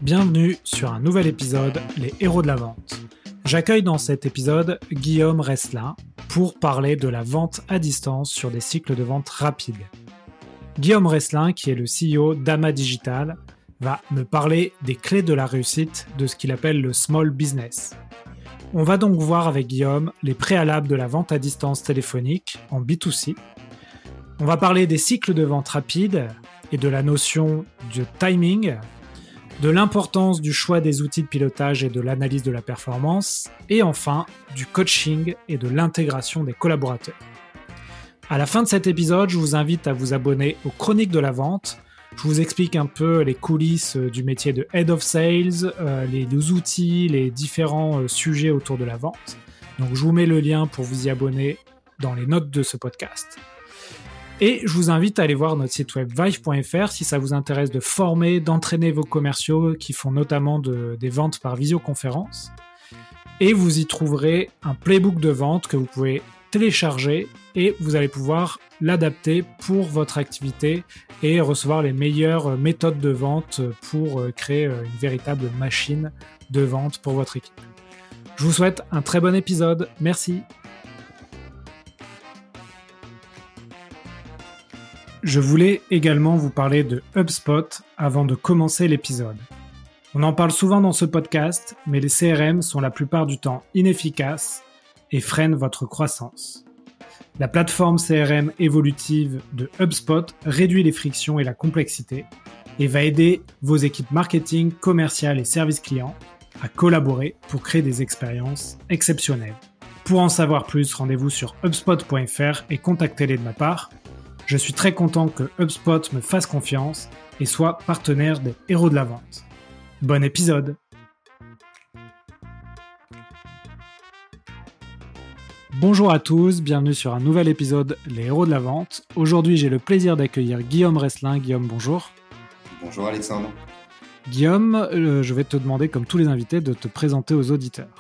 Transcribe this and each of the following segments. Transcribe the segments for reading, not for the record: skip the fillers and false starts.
Bienvenue sur un nouvel épisode, les héros de la vente. J'accueille dans cet épisode Guillaume Resselin pour parler de la vente à distance sur des cycles de vente rapides. Guillaume Resselin, qui est le CEO d'Ama Digital, va me parler des clés de la réussite de ce qu'il appelle le small business. On va donc voir avec Guillaume les préalables de la vente à distance téléphonique en B2C. On va parler des cycles de vente rapides et de la notion de timing, de l'importance du choix des outils de pilotage et de l'analyse de la performance, et enfin du coaching et de l'intégration des collaborateurs. À la fin de cet épisode, je vous invite à vous abonner aux Chroniques de la Vente. Je vous explique un peu les coulisses du métier de Head of Sales, les outils, les différents sujets autour de la vente. Donc je vous mets le lien pour vous y abonner dans les notes de ce podcast. Et je vous invite à aller voir notre site web vive.fr si ça vous intéresse de former, d'entraîner vos commerciaux qui font notamment des ventes par visioconférence. Et vous y trouverez un playbook de vente que vous pouvez télécharger et vous allez pouvoir l'adapter pour votre activité et recevoir les meilleures méthodes de vente pour créer une véritable machine de vente pour votre équipe. Je vous souhaite un très bon épisode. Merci. Je voulais également vous parler de HubSpot avant de commencer l'épisode. On en parle souvent dans ce podcast, mais les CRM sont la plupart du temps inefficaces et freinent votre croissance. La plateforme CRM évolutive de HubSpot réduit les frictions et la complexité et va aider vos équipes marketing, commerciales et service client à collaborer pour créer des expériences exceptionnelles. Pour en savoir plus, rendez-vous sur hubspot.fr et contactez-les de ma part. Je suis très content que HubSpot me fasse confiance et soit partenaire des héros de la vente. Bon épisode! Bonjour à tous, bienvenue sur un nouvel épisode Les héros de la vente. Aujourd'hui, j'ai le plaisir d'accueillir Guillaume Resselin. Guillaume, bonjour. Bonjour Alexandre. Guillaume, je vais te demander, comme tous les invités, de te présenter aux auditeurs.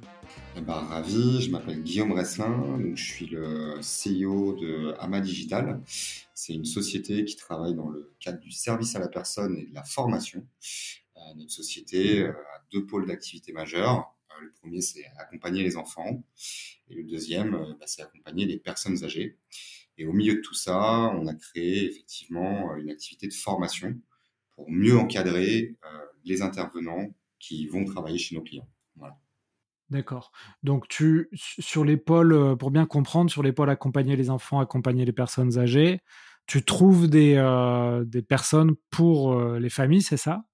Ravi, je m'appelle Guillaume Resselin, donc je suis le CEO de Ama Digital. C'est une société qui travaille dans le cadre du service à la personne et de la formation. Notre société a deux pôles d'activité majeurs. Le premier, c'est accompagner les enfants et le deuxième, c'est accompagner les personnes âgées. Et au milieu de tout ça, on a créé effectivement une activité de formation pour mieux encadrer les intervenants qui vont travailler chez nos clients. Voilà. D'accord. Donc, sur les pôles, pour bien comprendre, sur les pôles accompagner les enfants, accompagner les personnes âgées, tu trouves des personnes pour les familles, c'est ça?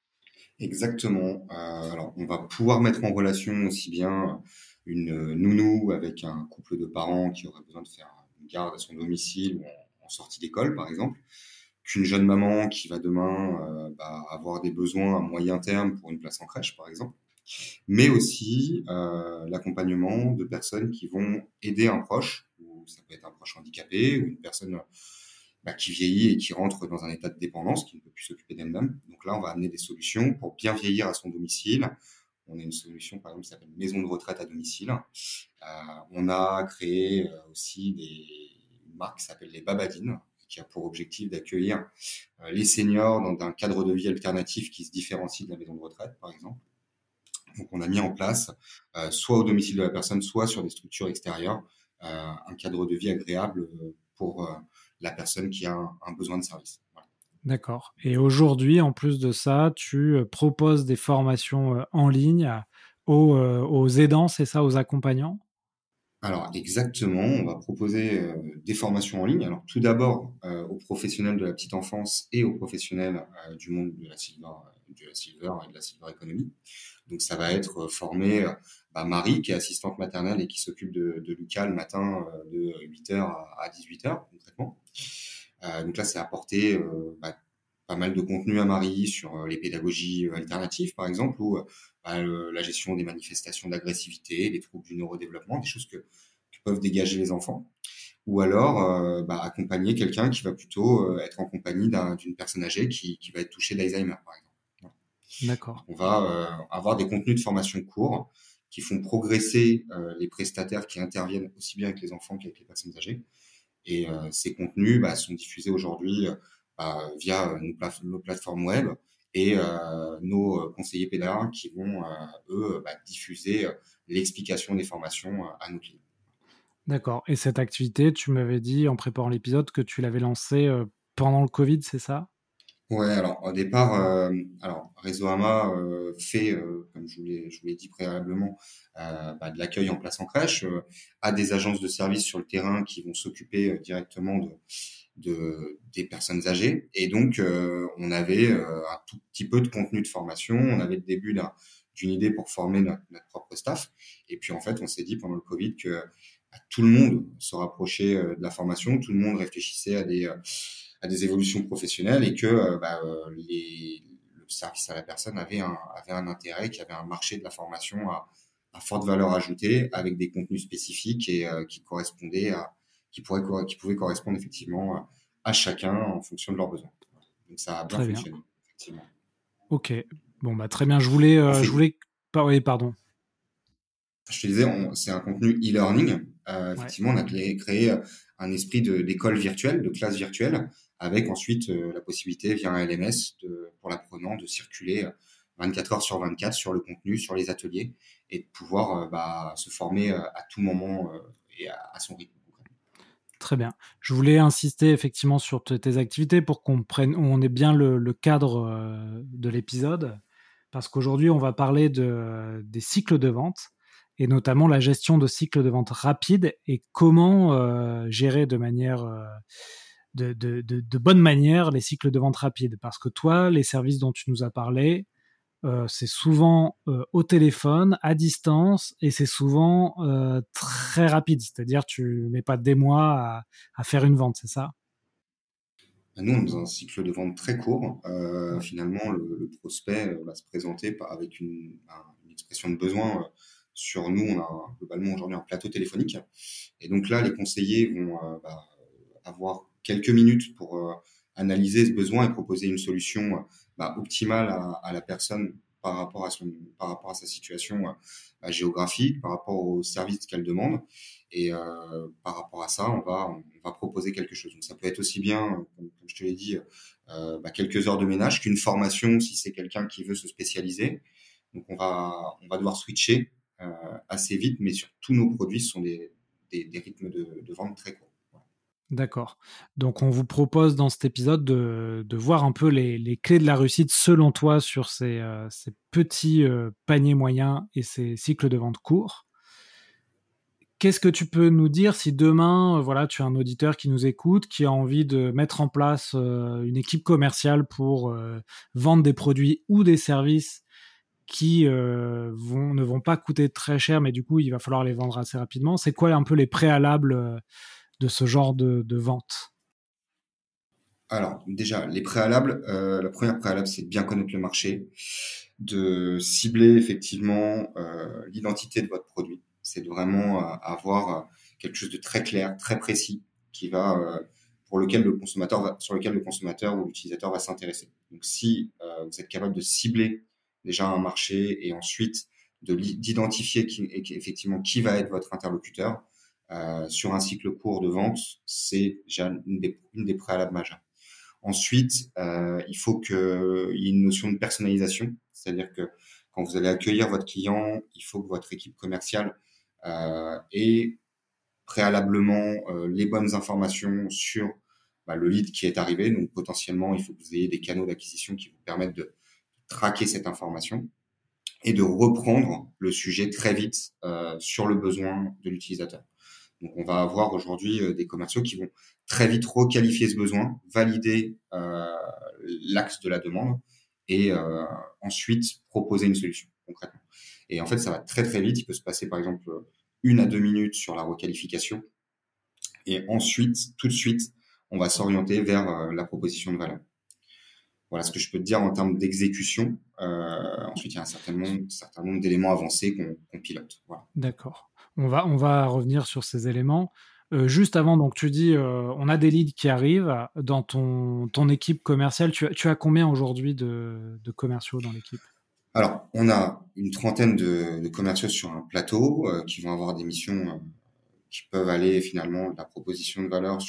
Exactement. Alors, on va pouvoir mettre en relation aussi bien une nounou avec un couple de parents qui aurait besoin de faire une garde à son domicile ou en sortie d'école, par exemple, qu'une jeune maman qui va demain avoir des besoins à moyen terme pour une place en crèche, par exemple, mais aussi l'accompagnement de personnes qui vont aider un proche, ou ça peut être un proche handicapé, ou une personne qui vieillit et qui rentre dans un état de dépendance, qui ne peut plus s'occuper d'elle-même. Donc là, on va amener des solutions pour bien vieillir à son domicile. On a une solution, par exemple, qui s'appelle maison de retraite à domicile. On a créé aussi une marque qui s'appelle les Babadines, qui a pour objectif d'accueillir les seniors dans un cadre de vie alternatif qui se différencie de la maison de retraite, par exemple. Donc, on a mis en place, soit au domicile de la personne, soit sur des structures extérieures, un cadre de vie agréable pour la personne qui a un besoin de service. Voilà. D'accord. Et aujourd'hui, en plus de ça, tu proposes des formations en ligne aux aidants, c'est ça, aux accompagnants? Alors exactement, on va proposer des formations en ligne. Alors tout d'abord aux professionnels de la petite enfance et aux professionnels du monde de la silver et de la silver economy. Donc ça va être formé Marie qui est assistante maternelle et qui s'occupe de Lucas le matin de 8h à 18h concrètement. Donc là c'est apporter pas mal de contenu à Marie sur les pédagogies alternatives par exemple ou la gestion des manifestations d'agressivité, des troubles du neurodéveloppement, des choses que peuvent dégager les enfants. Ou alors accompagner quelqu'un qui va plutôt être en compagnie d'une personne âgée qui va être touchée d'Alzheimer par exemple. Voilà. D'accord. On va avoir des contenus de formation courts qui font progresser les prestataires qui interviennent aussi bien avec les enfants qu'avec les personnes âgées. Et ces contenus sont diffusés aujourd'hui via nos plateformes web et nos conseillers pédagoges qui vont, eux, diffuser l'explication des formations à nos clients. D'accord. Et cette activité, tu m'avais dit en préparant l'épisode que tu l'avais lancée pendant le Covid, c'est ça? Ouais, alors au départ, Réseau Hama fait, comme je vous l'ai dit préalablement, de l'accueil en place en crèche, a des agences de services sur le terrain qui vont s'occuper directement des personnes âgées. Et donc, on avait un tout petit peu de contenu de formation. On avait le début d'une idée pour former notre propre staff. Et puis, en fait, on s'est dit pendant le Covid que tout le monde se rapprochait de la formation, tout le monde réfléchissait à des évolutions professionnelles et que le service à la personne avait un intérêt, qu'il y avait un marché de la formation à forte valeur ajoutée avec des contenus spécifiques et qui correspondaient qui pouvaient correspondre effectivement à chacun en fonction de leurs besoins. Donc ça a bien Très bien. fonctionné, effectivement. Ok. Bon, bah très bien. Je voulais, On fait, Oui, pardon. je te disais, c'est un contenu e-learning. Ouais. Effectivement, on a créé un esprit d'école virtuelle, de classe virtuelle, avec ensuite la possibilité via un LMS pour l'apprenant de circuler 24 heures sur 24 sur le contenu, sur les ateliers, et de pouvoir se former à tout moment et à son rythme. Très bien. Je voulais insister effectivement sur tes activités pour on ait bien le cadre de l'épisode, parce qu'aujourd'hui, on va parler des cycles de vente, et notamment la gestion de cycles de vente rapides et comment gérer de bonne manière les cycles de vente rapides. Parce que toi, les services dont tu nous as parlé, c'est souvent au téléphone, à distance, et c'est souvent très rapide. C'est-à-dire, tu mets pas des mois à faire une vente, c'est ça? Nous, on est dans un cycle de vente très court. Ouais. Finalement, le prospect va se présenter avec une expression de besoin. Sur nous, on a globalement aujourd'hui un plateau téléphonique. Et donc là, les conseillers vont avoir quelques minutes pour analyser ce besoin et proposer une solution optimale à la personne par rapport à sa situation géographique, par rapport au service qu'elle demande. Et par rapport à ça, on va proposer quelque chose. Donc ça peut être aussi bien, comme je te l'ai dit, quelques heures de ménage qu'une formation si c'est quelqu'un qui veut se spécialiser. Donc on va devoir switcher assez vite, mais sur tous nos produits, ce sont des rythmes de vente très courts. D'accord. Donc, on vous propose dans cet épisode de voir un peu les clés de la réussite selon toi sur ces petits paniers moyens et ces cycles de vente courts. Qu'est-ce que tu peux nous dire si demain, voilà, tu as un auditeur qui nous écoute, qui a envie de mettre en place une équipe commerciale pour vendre des produits ou des services qui ne vont pas coûter très cher, mais du coup, il va falloir les vendre assez rapidement. C'est quoi un peu les préalables de ce genre de vente? Alors, déjà, les préalables, la première préalable, c'est de bien connaître le marché, de cibler effectivement l'identité de votre produit. C'est de vraiment avoir quelque chose de très clair, très précis, qui va sur lequel le consommateur ou l'utilisateur va s'intéresser. Donc, si vous êtes capable de cibler déjà un marché et ensuite d'identifier effectivement qui va être votre interlocuteur sur un cycle court de vente, c'est déjà une des préalables majeures. Ensuite, il faut qu'il y ait une notion de personnalisation, c'est-à-dire que quand vous allez accueillir votre client, il faut que votre équipe commerciale ait préalablement les bonnes informations sur le lead qui est arrivé. Donc potentiellement, il faut que vous ayez des canaux d'acquisition qui vous permettent de traquer cette information et de reprendre le sujet très vite sur le besoin de l'utilisateur. Donc, on va avoir aujourd'hui des commerciaux qui vont très vite requalifier ce besoin, valider l'axe de la demande et ensuite proposer une solution concrètement. Et en fait, ça va très très vite. Il peut se passer par exemple 1 à 2 minutes sur la requalification et ensuite, tout de suite, on va s'orienter vers la proposition de valeur. Voilà ce que je peux te dire en termes d'exécution. Ensuite, il y a certain nombre d'éléments avancés qu'on pilote. Voilà. D'accord. On va revenir sur ces éléments. Juste avant, donc tu dis, on a des leads qui arrivent dans ton équipe commerciale. Tu as combien aujourd'hui de commerciaux dans l'équipe? Alors, on a une trentaine de commerciaux sur un plateau qui vont avoir des missions qui peuvent aller finalement de la proposition de valeur sur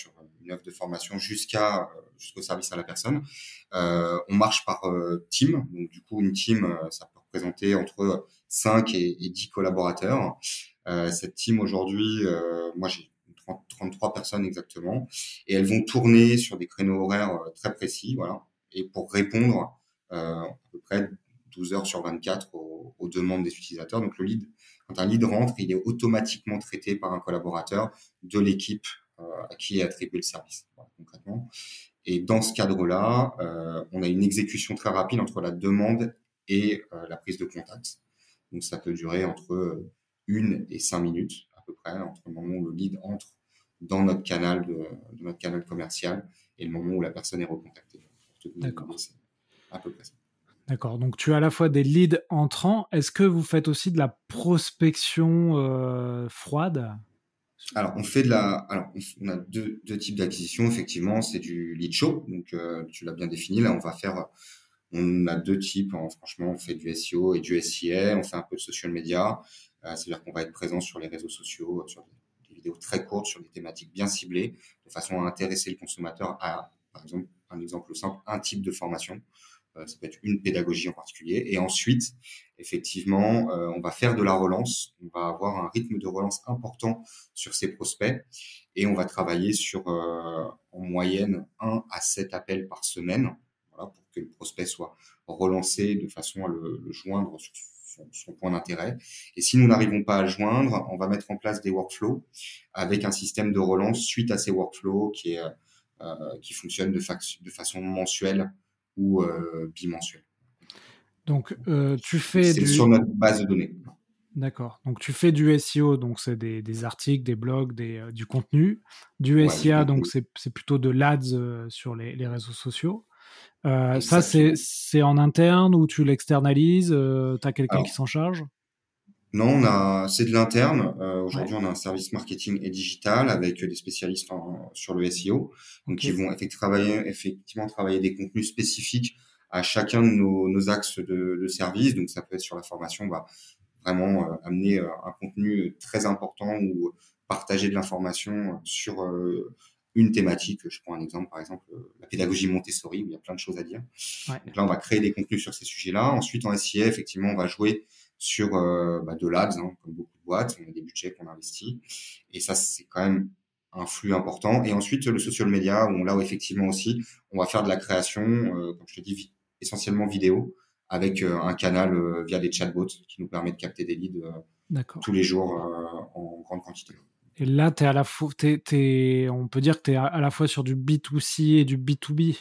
une offre de formation jusqu'au service à la personne. On marche par team. Donc, du coup, une team, ça peut représenter entre 5 et 10 collaborateurs. Cette team, aujourd'hui, moi, j'ai 33 personnes exactement. Et elles vont tourner sur des créneaux horaires très précis, voilà. Et pour répondre à peu près 12 heures sur 24 aux demandes des utilisateurs. Donc, quand un lead rentre, il est automatiquement traité par un collaborateur de l'équipe à qui est attribué le service, voilà, concrètement. Et dans ce cadre-là, on a une exécution très rapide entre la demande et la prise de contact. Donc, ça peut durer entre 1 et 5 minutes à peu près, entre le moment où le lead entre dans notre canal de notre canal commercial et le moment où la personne est recontactée. Pour te donner une idée, c'est à peu près ça. D'accord, donc tu as à la fois des leads entrants. Est-ce que vous faites aussi de la prospection froide? Alors, on a deux types d'acquisition, effectivement. C'est du lead show, donc tu l'as bien défini. Là, on a deux types, hein. Franchement, on fait du SEO et du SIA. On fait un peu de social media. C'est-à-dire qu'on va être présent sur les réseaux sociaux, sur des vidéos très courtes, sur des thématiques bien ciblées, de façon à intéresser le consommateur à, par exemple, un exemple simple, un type de formation. Ça peut être une pédagogie en particulier. Et ensuite, effectivement, on va faire de la relance. On va avoir un rythme de relance important sur ces prospects et on va travailler sur, en moyenne, 1 à 7 appels par semaine, voilà, pour que le prospect soit relancé de façon à le joindre sur son point d'intérêt. Et si nous n'arrivons pas à le joindre, on va mettre en place des workflows avec un système de relance suite à ces workflows qui fonctionne de façon mensuelle ou bimensuelle. Donc tu fais C'est sur notre base de données. D'accord. Donc tu fais du SEO, donc c'est des articles, des blogs, du contenu. Du Ouais, du SIA, donc contenu. c'est plutôt de l'ADS sur les réseaux sociaux. Ça, Exactement. c'est en interne ou tu l'externalises? Tu as quelqu'un qui Alors, s'en charge? non, c'est de l'interne. Ouais, Aujourd'hui, on a un service marketing et digital avec des spécialistes sur le SEO, donc ok. qui vont effectivement travailler des contenus spécifiques à chacun de nos axes de service. Donc, ça peut être sur la formation, bah, vraiment amener un contenu très important ou partager de l'information sur une thématique. Je prends un exemple, par exemple, la pédagogie Montessori, où il y a plein de choses à dire. Ouais. Donc là, on va créer des contenus sur ces sujets-là. Ensuite, en SIA, effectivement, on va jouer sur de l'ADS, hein, comme beaucoup de boîtes. On a des budgets qu'on investit. Et ça, c'est quand même un flux important. Et ensuite, le social media, où effectivement aussi, on va faire de la création, comme je te dis, essentiellement vidéo, avec un canal via des chatbots qui nous permet de capter des leads D'accord. tous les jours en grande quantité. Et là, t'es à la fois, on peut dire que tu es à la fois sur du B2C et du B2B.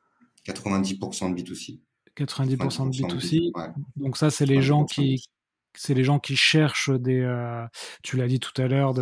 90% de B2C. 90% de 90% de B2C. B2C. Ouais, Donc ça, 90% de B2C. c'est les gens qui cherchent tu l'as dit tout à l'heure,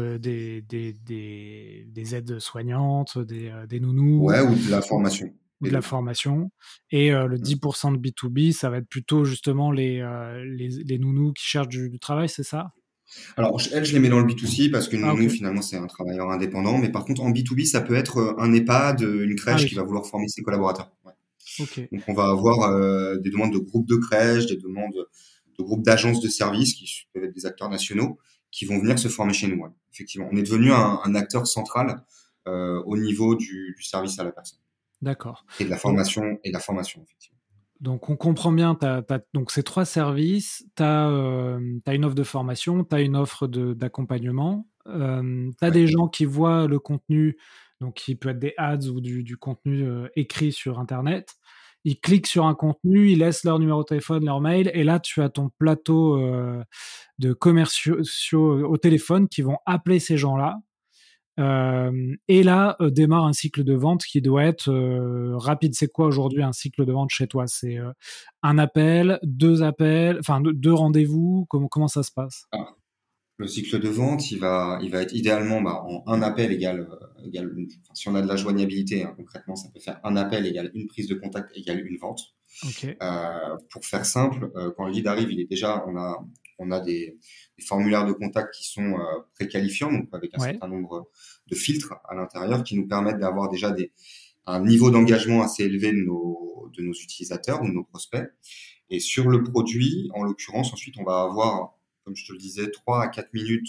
des aides soignantes, des nounous Ouais, ou de la formation. ou Les de la deux. formation. Et le Mm. 10% de B2B, ça va être plutôt justement les nounous qui cherchent du travail, c'est ça? Alors, je les mets dans le B2C parce que Ah, ok. nous, finalement, c'est un travailleur indépendant. Mais par contre, en B2B, ça peut être un EHPAD, une Ah crèche oui, qui va vouloir former ses collaborateurs. Ouais. ok. Donc, on va avoir des demandes de groupes de crèches, des demandes de groupes d'agences de services qui peuvent être des acteurs nationaux qui vont venir se former chez nous. Ouais. Effectivement, on est devenu un acteur central au niveau du service à la personne D'accord. et de Donc, la formation, effectivement. Donc on comprend bien, donc ces trois services, tu as une offre de formation, tu as une offre d'accompagnement, tu as Ouais. des gens qui voient le contenu, donc qui peut être des ads ou du contenu écrit sur Internet. Ils cliquent sur un contenu, ils laissent leur numéro de téléphone, leur mail, et là tu as ton plateau de commerciaux au téléphone qui vont appeler ces gens-là. Et là démarre un cycle de vente qui doit être rapide. C'est quoi aujourd'hui un cycle de vente chez toi? C'est un appel, deux appels, enfin deux rendez-vous. Comment ça se passe? Ah, le cycle de vente, il va être idéalement en un appel enfin, si on a de la joignabilité, hein, concrètement, ça peut faire un appel égale une prise de contact égale une vente. Ok, Pour faire simple, quand le lead arrive, on a des formulaires de contact qui sont préqualifiants, donc avec un ouais, certain nombre de filtres à l'intérieur qui nous permettent d'avoir déjà un niveau d'engagement assez élevé de nos utilisateurs ou de nos prospects. Et sur le produit, en l'occurrence, ensuite, on va avoir, comme je te le disais, 3 à 4 minutes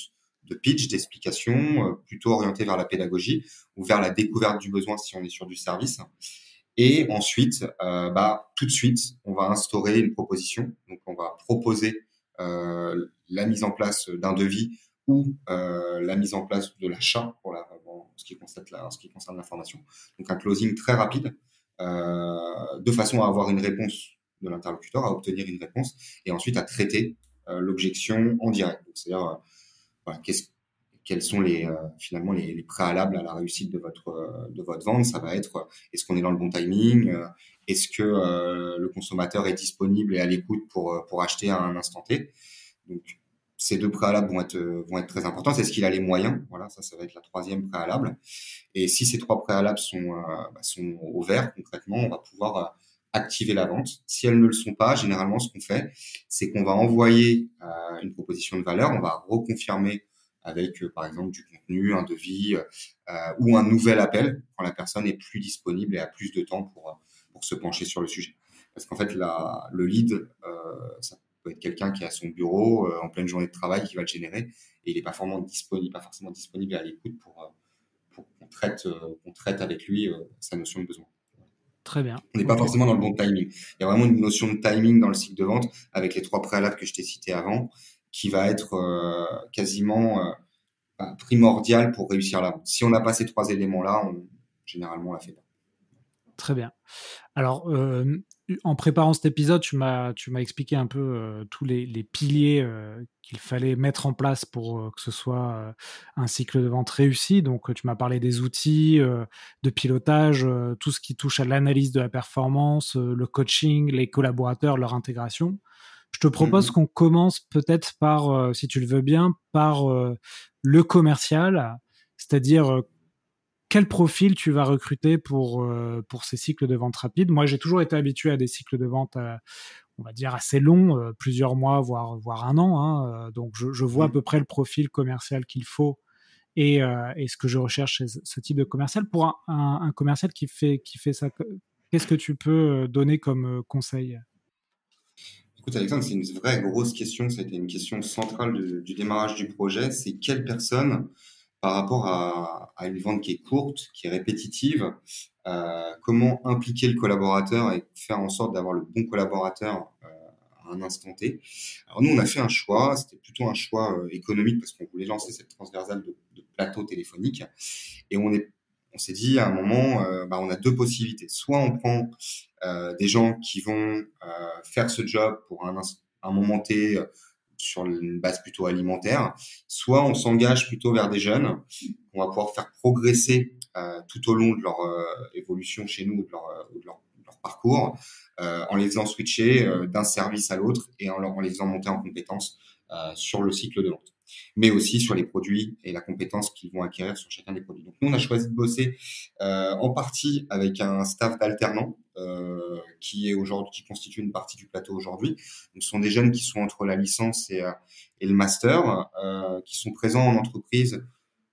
de pitch, d'explication, plutôt orienté vers la pédagogie ou vers la découverte du besoin si on est sur du service. Et ensuite, tout de suite, on va instaurer une proposition. Donc, on va proposer la mise en place d'un devis ou la mise en place de l'achat en ce qui concerne la formation. Donc, un closing très rapide, de façon à avoir une réponse de l'interlocuteur, à obtenir une réponse, et ensuite à traiter l'objection en direct. Donc, c'est-à-dire, voilà, quels sont finalement les préalables à la réussite de votre vente. Ça va être, est-ce qu'on est dans le bon timing, est-ce que le consommateur est disponible et à l'écoute pour acheter à un instant T. Donc ces deux préalables vont être très importants. Est-ce qu'il a les moyens? Voilà, ça va être la troisième préalable. Et si ces trois préalables sont au vert, concrètement, on va pouvoir activer la vente. Si elles ne le sont pas, généralement, ce qu'on fait, c'est qu'on va envoyer une proposition de valeur, on va reconfirmer avec, par exemple, du contenu, un devis ou un nouvel appel quand la personne est plus disponible et a plus de temps pour se pencher sur le sujet. Parce qu'en fait, le lead, ça peut être quelqu'un qui est à son bureau en pleine journée de travail qui va le générer et il n'est pas forcément disponible et à l'écoute pour qu'on traite avec lui sa notion de besoin. Très bien. On n'est pas forcément dans le bon timing. Il y a vraiment une notion de timing dans le cycle de vente avec les trois préalables que je t'ai cités avant qui va être quasiment primordial pour réussir la vente. Si on n'a pas ces trois éléments-là, généralement, on la fait pas. Très bien. Alors, en préparant cet épisode, tu m'as expliqué un peu tous les piliers qu'il fallait mettre en place pour que ce soit un cycle de vente réussi. Donc, tu m'as parlé des outils de pilotage, tout ce qui touche à l'analyse de la performance, le coaching, les collaborateurs, leur intégration. Je te propose qu'on commence peut-être par, si tu le veux bien, par le commercial, c'est-à-dire quel profil tu vas recruter pour ces cycles de vente rapides. Moi, j'ai toujours été habitué à des cycles de vente, on va dire, assez longs, plusieurs mois, voire un an. Hein, donc, je vois à peu près le profil commercial qu'il faut et ce que je recherche chez ce type de commercial. Pour un commercial qui fait ça, qu'est-ce que tu peux donner comme conseil? Écoute, Alexandre, c'est une vraie grosse question. C'était une question centrale du démarrage du projet. C'est quelle personne, par rapport à une vente qui est courte, qui est répétitive, comment impliquer le collaborateur et faire en sorte d'avoir le bon collaborateur à un instant T. Alors nous, on a fait un choix, c'était plutôt un choix économique parce qu'on voulait lancer cette transversale de plateau téléphonique. Et on s'est dit à un moment, on a deux possibilités. Soit on prend des gens qui vont faire ce job pour un moment T sur une base plutôt alimentaire, soit on s'engage plutôt vers des jeunes qu'on va pouvoir faire progresser tout au long de leur évolution chez nous, de leur parcours, en les faisant switcher d'un service à l'autre et en les faisant monter en compétences sur le cycle de vente, mais aussi sur les produits et la compétence qu'ils vont acquérir sur chacun des produits. Donc nous, on a choisi de bosser en partie avec un staff d'alternants qui constitue une partie du plateau aujourd'hui. Donc, ce sont des jeunes qui sont entre la licence et le master, qui sont présents en entreprise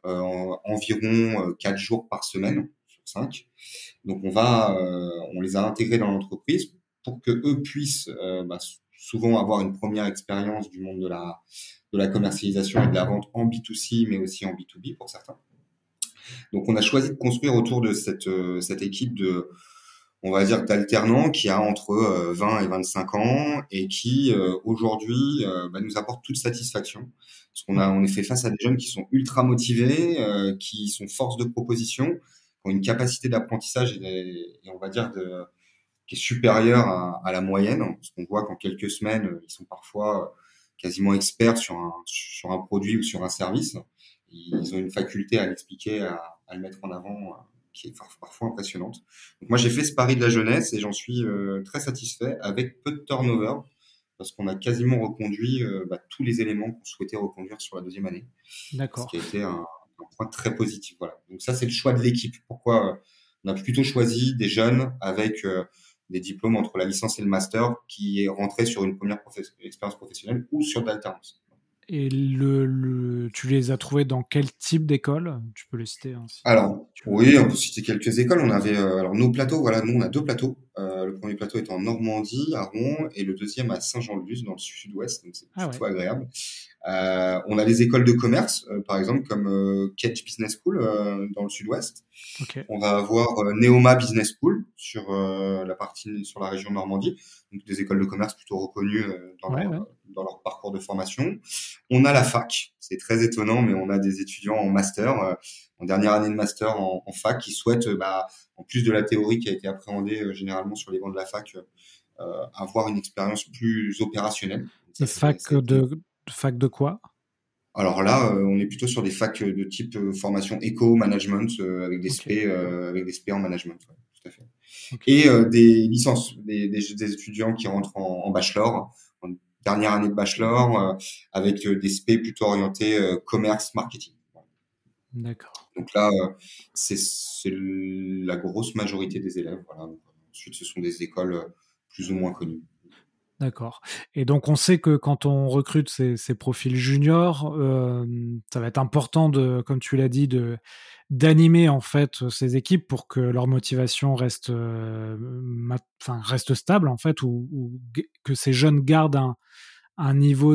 environ 4 jours par semaine sur 5. Donc on les a intégrés dans l'entreprise pour que eux puissent souvent avoir une première expérience du monde de la commercialisation et de la vente en B2C, mais aussi en B2B pour certains. Donc on a choisi de construire autour de cette équipe on va dire d'alternants qui a entre 20 et 25 ans et qui aujourd'hui nous apporte toute satisfaction. Parce on est fait face à des jeunes qui sont ultra motivés, qui sont force de proposition, qui ont une capacité d'apprentissage et on va dire qui est supérieure à la moyenne. Parce qu'on voit qu'en quelques semaines, ils sont parfois quasiment experts sur un produit ou sur un service. Ils ont une faculté à l'expliquer, à le mettre en avant, qui est parfois impressionnante. Donc moi, j'ai fait ce pari de la jeunesse et j'en suis très satisfait avec peu de turnover parce qu'on a quasiment reconduit tous les éléments qu'on souhaitait reconduire sur la deuxième année. D'accord. Ce qui a été un point très positif. Voilà. Donc ça, c'est le choix de l'équipe. Pourquoi on a plutôt choisi des jeunes avec des diplômes entre la licence et le master qui est rentré sur une première expérience professionnelle ou sur de l'alternance. Et tu les as trouvés dans quel type d'école? Tu peux les citer hein, Alors, oui, on peut citer quelques écoles. On avait nos plateaux, voilà, nous on a deux plateaux. Le premier plateau est en Normandie, à Rouen, et le deuxième à Saint-Jean-de-Luz, dans le sud-ouest, donc c'est plutôt agréable. On a des écoles de commerce, par exemple, comme Kedge Business School dans le sud-ouest. Ok. On va avoir Neoma Business School sur la région Normandie, donc des écoles de commerce plutôt reconnues Ouais, ouais. dans leur parcours de formation. On a la fac, c'est très étonnant, mais on a des étudiants en master, en dernière année de master en fac, qui souhaitent, en plus de la théorie qui a été appréhendée généralement sur les bancs de la fac, avoir une expérience plus opérationnelle. Donc Et ça, c'est étonnant. fac de quoi? Alors là, on est plutôt sur des facs de type formation éco, management, Ok, avec des spé en management, ouais, tout à fait. ok. Et des licences, des étudiants qui rentrent en bachelor, en dernière année de bachelor, avec des spé plutôt orientés commerce, marketing. D'accord. Donc là, c'est la grosse majorité des élèves. Voilà. Donc, ensuite, ce sont des écoles plus ou moins connues. D'accord. Et donc, on sait que quand on recrute ces profils juniors, ça va être important de, comme tu l'as dit, d'animer en fait ces équipes pour que leur motivation reste, enfin, reste stable en fait, que ces jeunes gardent un niveau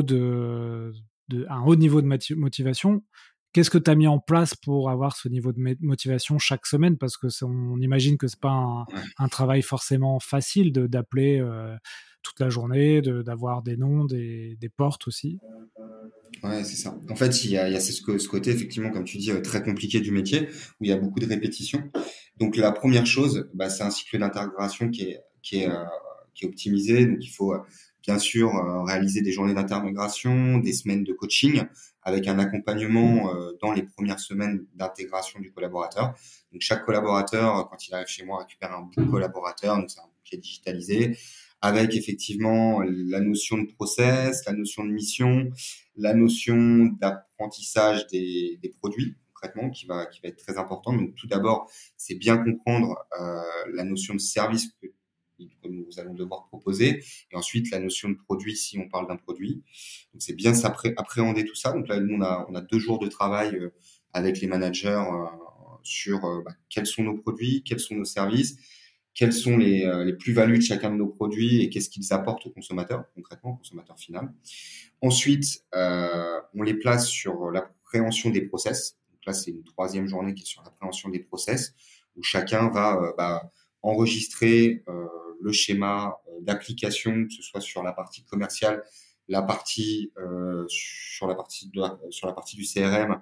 un haut niveau de motivation. Qu'est-ce que tu as mis en place pour avoir ce niveau de motivation chaque semaine? Parce que on imagine que c'est pas Ouais. un travail forcément facile d'appeler toute la journée, d'avoir des noms, des portes aussi. Ouais, c'est ça. En fait, il y a ce côté, effectivement, comme tu dis, très compliqué du métier, où il y a beaucoup de répétitions. Donc, la première chose, c'est un cycle d'intégration qui est optimisé. Donc, il faut bien sûr réaliser des journées d'intégration, des semaines de coaching, avec un accompagnement dans les premières semaines d'intégration du collaborateur. Donc, chaque collaborateur, quand il arrive chez moi, récupère un book collaborateur, donc c'est un book qui est digitalisé, avec effectivement la notion de process, la notion de mission, la notion d'apprentissage des produits concrètement qui va être très importante. Donc tout d'abord, c'est bien comprendre la notion de service que nous allons devoir proposer, et ensuite la notion de produit si on parle d'un produit. Donc c'est bien appréhender tout ça. Donc là, nous, on a 2 jours de travail avec les managers sur quels sont nos produits, quels sont nos services, quelles sont les plus-values de chacun de nos produits et qu'est-ce qu'ils apportent au consommateur, concrètement, au consommateur final. Ensuite, on les place sur l'appréhension des process. Donc là, c'est une troisième journée qui est sur l'appréhension des process, où chacun va enregistrer le schéma d'application, que ce soit sur la partie commerciale, sur la partie du CRM,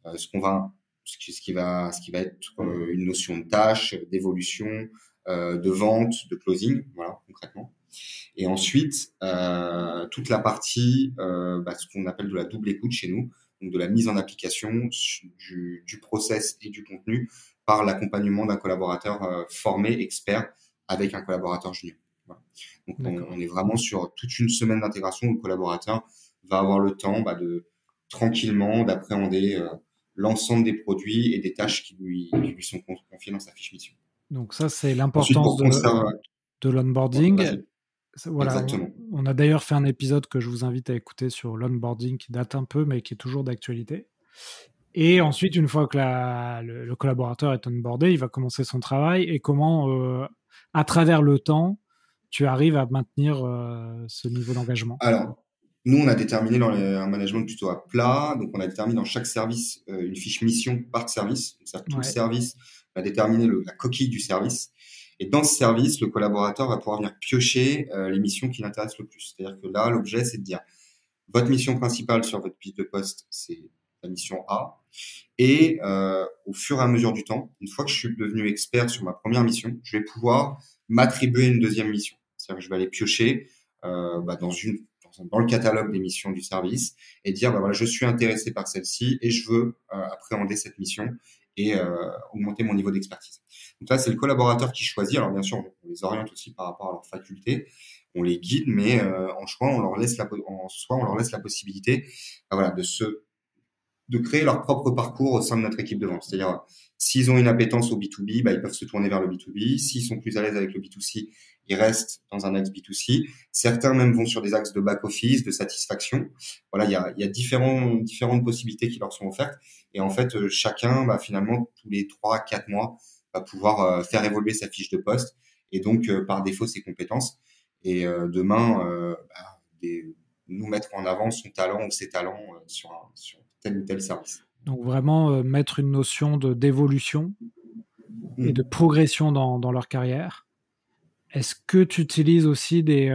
ce qui va être une notion de tâche, d'évolution, de vente, de closing, voilà, concrètement. Et ensuite, toute la partie, ce qu'on appelle de la double écoute chez nous, donc de la mise en application du process et du contenu par l'accompagnement d'un collaborateur formé, expert, avec un collaborateur junior. Voilà. Donc D'accord. on est vraiment sur toute une semaine d'intégration où le collaborateur va avoir le temps de tranquillement d'appréhender l'ensemble des produits et des tâches qui lui sont confiées dans sa fiche mission. Donc ça, c'est Ensuite, l'importance pour conserver, de l'onboarding. vas-y, Voilà, exactement. on a d'ailleurs fait un épisode que je vous invite à écouter sur l'onboarding qui date un peu, mais qui est toujours d'actualité. Et D'accord. ensuite, une fois que le collaborateur est onboardé, il va commencer son travail et comment, à travers le temps, tu arrives à maintenir ce niveau d'engagement. Alors, nous, on a déterminé un management plutôt à plat. Donc, on a déterminé dans chaque service une fiche mission par service. Donc, c'est-à-dire que tout le Ouais, service va déterminer la coquille du service. Et dans ce service, le collaborateur va pouvoir venir piocher les missions qui l'intéressent le plus. C'est-à-dire que là, l'objet, c'est de dire votre mission principale sur votre fiche de poste, c'est la mission A. Et au fur et à mesure du temps, une fois que je suis devenu expert sur ma première mission, je vais pouvoir m'attribuer une deuxième mission. C'est-à-dire que je vais aller piocher dans le catalogue des missions du service et dire voilà, je suis intéressé par celle-ci et je veux appréhender cette mission et augmenter mon niveau d'expertise. Donc là, c'est le collaborateur qui choisit. Alors bien sûr, on les oriente aussi par rapport à leurs facultés, on les guide, mais en choix, on leur laisse la possibilité de créer leur propre parcours au sein de notre équipe de vente. C'est-à-dire, s'ils ont une appétence au B2B, ils peuvent se tourner vers le B2B. S'ils sont plus à l'aise avec le B2C, ils restent dans un axe B2C. Certains même vont sur des axes de back-office, de satisfaction. Voilà, il y a différentes possibilités qui leur sont offertes. Et en fait, chacun, finalement, tous les 3, 4 mois, va pouvoir faire évoluer sa fiche de poste et donc, par défaut, ses compétences. Et demain, nous mettre en avant son talent ou ses talents sur tel ou tel service. Donc vraiment mettre une notion d'évolution et de progression dans leur carrière. Est-ce que tu utilises aussi des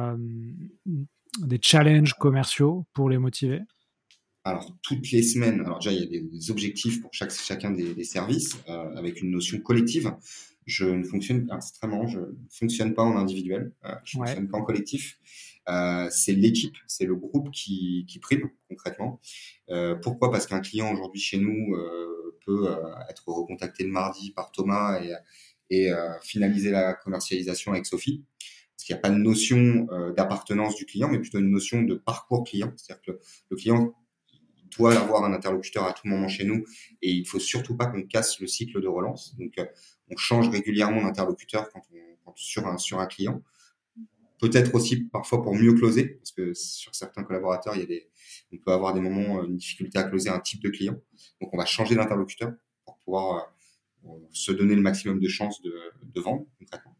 challenges commerciaux pour les motiver? Alors, toutes les semaines, alors déjà, il y a des objectifs pour chacun des services avec une notion collective. Je ne fonctionne, je ne fonctionne pas en individuel, je ne fonctionne pas en collectif. C'est l'équipe, c'est le groupe qui prime concrètement. Pourquoi? Parce qu'un client aujourd'hui chez nous peut être recontacté le mardi par Thomas et finaliser la commercialisation avec Sophie. Parce qu'il n'y a pas de notion d'appartenance du client, mais plutôt une notion de parcours client. C'est-à-dire que le client doit avoir un interlocuteur à tout moment chez nous et il faut surtout pas qu'on casse le cycle de relance. Donc, on change régulièrement d'interlocuteur sur un client. Peut-être aussi parfois pour mieux closer, parce que sur certains collaborateurs, on peut avoir des moments, une difficulté à closer un type de client. Donc, on va changer d'interlocuteur pour pouvoir se donner le maximum de chances de vendre concrètement.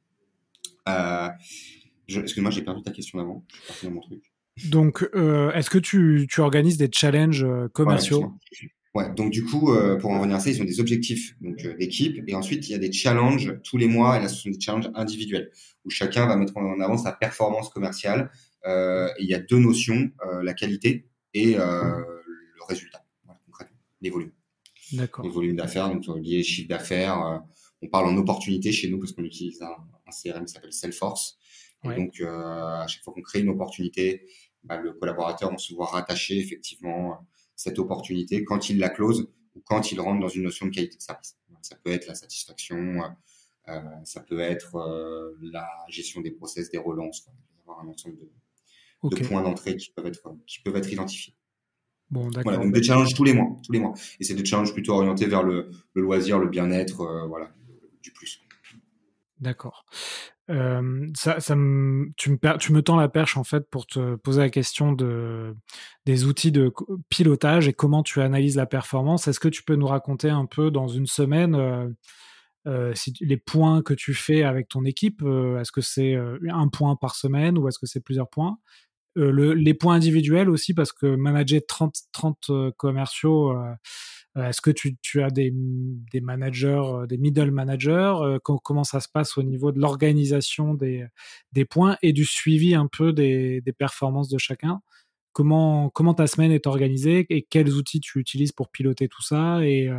Excuse-moi, j'ai perdu ta question d'avant. Je suis parti dans mon truc. Donc, est-ce que tu organises des challenges commerciaux? Ouais, donc du coup, pour en revenir à ça, ils ont des objectifs d'équipe et ensuite il y a des challenges tous les mois et là ce sont des challenges individuels où chacun va mettre en avant sa performance commerciale et il y a deux notions, la qualité et le résultat, voilà, concrètement, les volumes. D'accord. Les volumes d'affaires, donc liés au chiffre d'affaires. On parle en opportunité chez nous parce qu'on utilise un CRM qui s'appelle Salesforce. Et donc, à chaque fois qu'on crée une opportunité, le collaborateur va se voir rattacher effectivement cette opportunité quand il la close ou quand il rentre dans une notion de qualité de service. Ça peut être la satisfaction, ça peut être la gestion des process, des relances, avoir un ensemble de points d'entrée qui peuvent être identifiés. Bon, d'accord. Voilà, donc des challenges tous les mois. Et c'est des challenges plutôt orientés vers le loisir, le bien-être, du plus. D'accord. Tu me tends la perche en fait pour te poser la question des outils de pilotage et comment tu analyses la performance. Est-ce que tu peux nous raconter un peu dans une semaine les points que tu fais avec ton équipe? Est-ce que c'est un point par semaine ou est-ce que c'est plusieurs points? Les points individuels aussi, parce que manager 30 commerciaux, est-ce que tu as des managers, des middle managers? Comment ça se passe au niveau de l'organisation des points et du suivi un peu des performances de chacun? Comment ta semaine est organisée et quels outils tu utilises pour piloter tout ça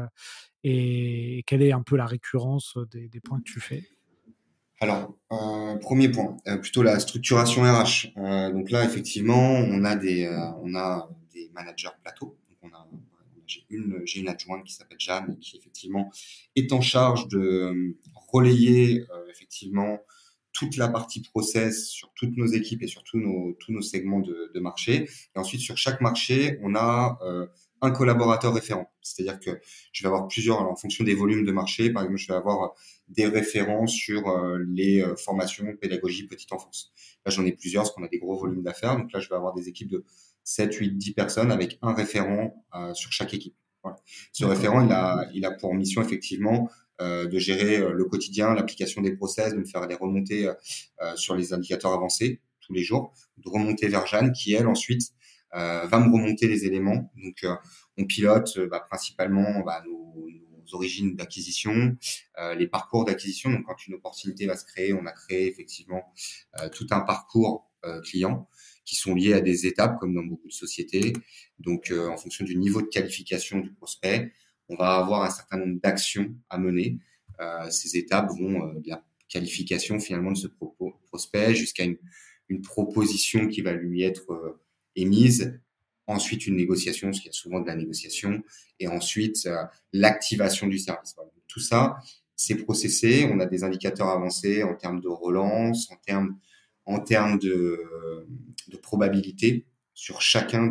et quelle est un peu la récurrence des points que tu fais? Alors, premier point, plutôt la structuration RH. Donc là, effectivement, on a des managers plateau. Donc j'ai une adjointe qui s'appelle Jeanne qui effectivement est en charge de relayer effectivement toute la partie process sur toutes nos équipes et sur tous nos segments de marché. Et ensuite, sur chaque marché, on a un collaborateur référent. C'est-à-dire que je vais avoir plusieurs, alors en fonction des volumes de marché, par exemple, je vais avoir des référents sur les formations pédagogie petite enfance. Là, j'en ai plusieurs parce qu'on a des gros volumes d'affaires. Donc là, je vais avoir des équipes de 7, 8, 10 personnes avec un référent sur chaque équipe. Voilà. Ce référent, il a pour mission effectivement de gérer le quotidien, l'application des process, de me faire des remontées sur les indicateurs avancés tous les jours, de remonter vers Jeanne qui, elle, ensuite, va me remonter les éléments. Donc, on pilote principalement nos origines d'acquisition, les parcours d'acquisition. Donc, quand une opportunité va se créer, on a créé effectivement tout un parcours client qui sont liés à des étapes, comme dans beaucoup de sociétés. Donc, en fonction du niveau de qualification du prospect, on va avoir un certain nombre d'actions à mener. Ces étapes vont de la qualification finalement de ce prospect jusqu'à une proposition qui va lui être émise, ensuite une négociation, parce qu'il y a souvent de la négociation, et ensuite l'activation du service. Voilà. Tout ça, c'est processé. On a des indicateurs avancés en termes de relance, en termes de probabilité sur chacune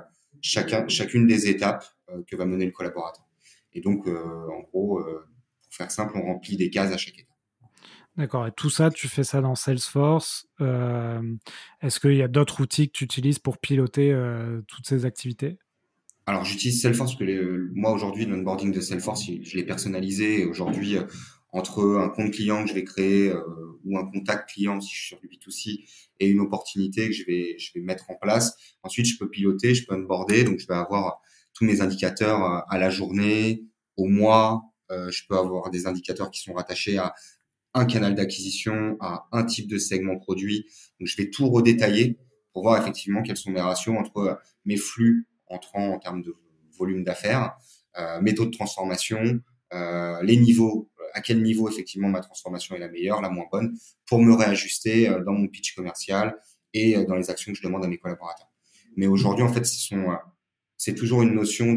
des étapes que va mener le collaborateur. Et donc, en gros, pour faire simple, on remplit des cases à chaque étape. D'accord. Et tout ça, tu fais ça dans Salesforce. Est-ce qu'il y a d'autres outils que tu utilises pour piloter toutes ces activités? Alors, j'utilise Salesforce parce que moi, aujourd'hui, l'onboarding de Salesforce, je l'ai personnalisé. Et aujourd'hui, entre un compte client que je vais créer ou un contact client si je suis sur du B2C et une opportunité que je vais mettre en place. Ensuite, je peux piloter, je peux onboarder, donc je vais avoir tous mes indicateurs à la journée, au mois. Je peux avoir des indicateurs qui sont rattachés à un canal d'acquisition, à un type de segment produit. Donc, je vais tout redétailler pour voir effectivement quels sont mes ratios entre mes flux entrants en termes de volume d'affaires, mes taux de transformation, les niveaux, à quel niveau effectivement ma transformation est la meilleure, la moins bonne, pour me réajuster dans mon pitch commercial et dans les actions que je demande à mes collaborateurs. Mais aujourd'hui, en fait, c'est toujours une notion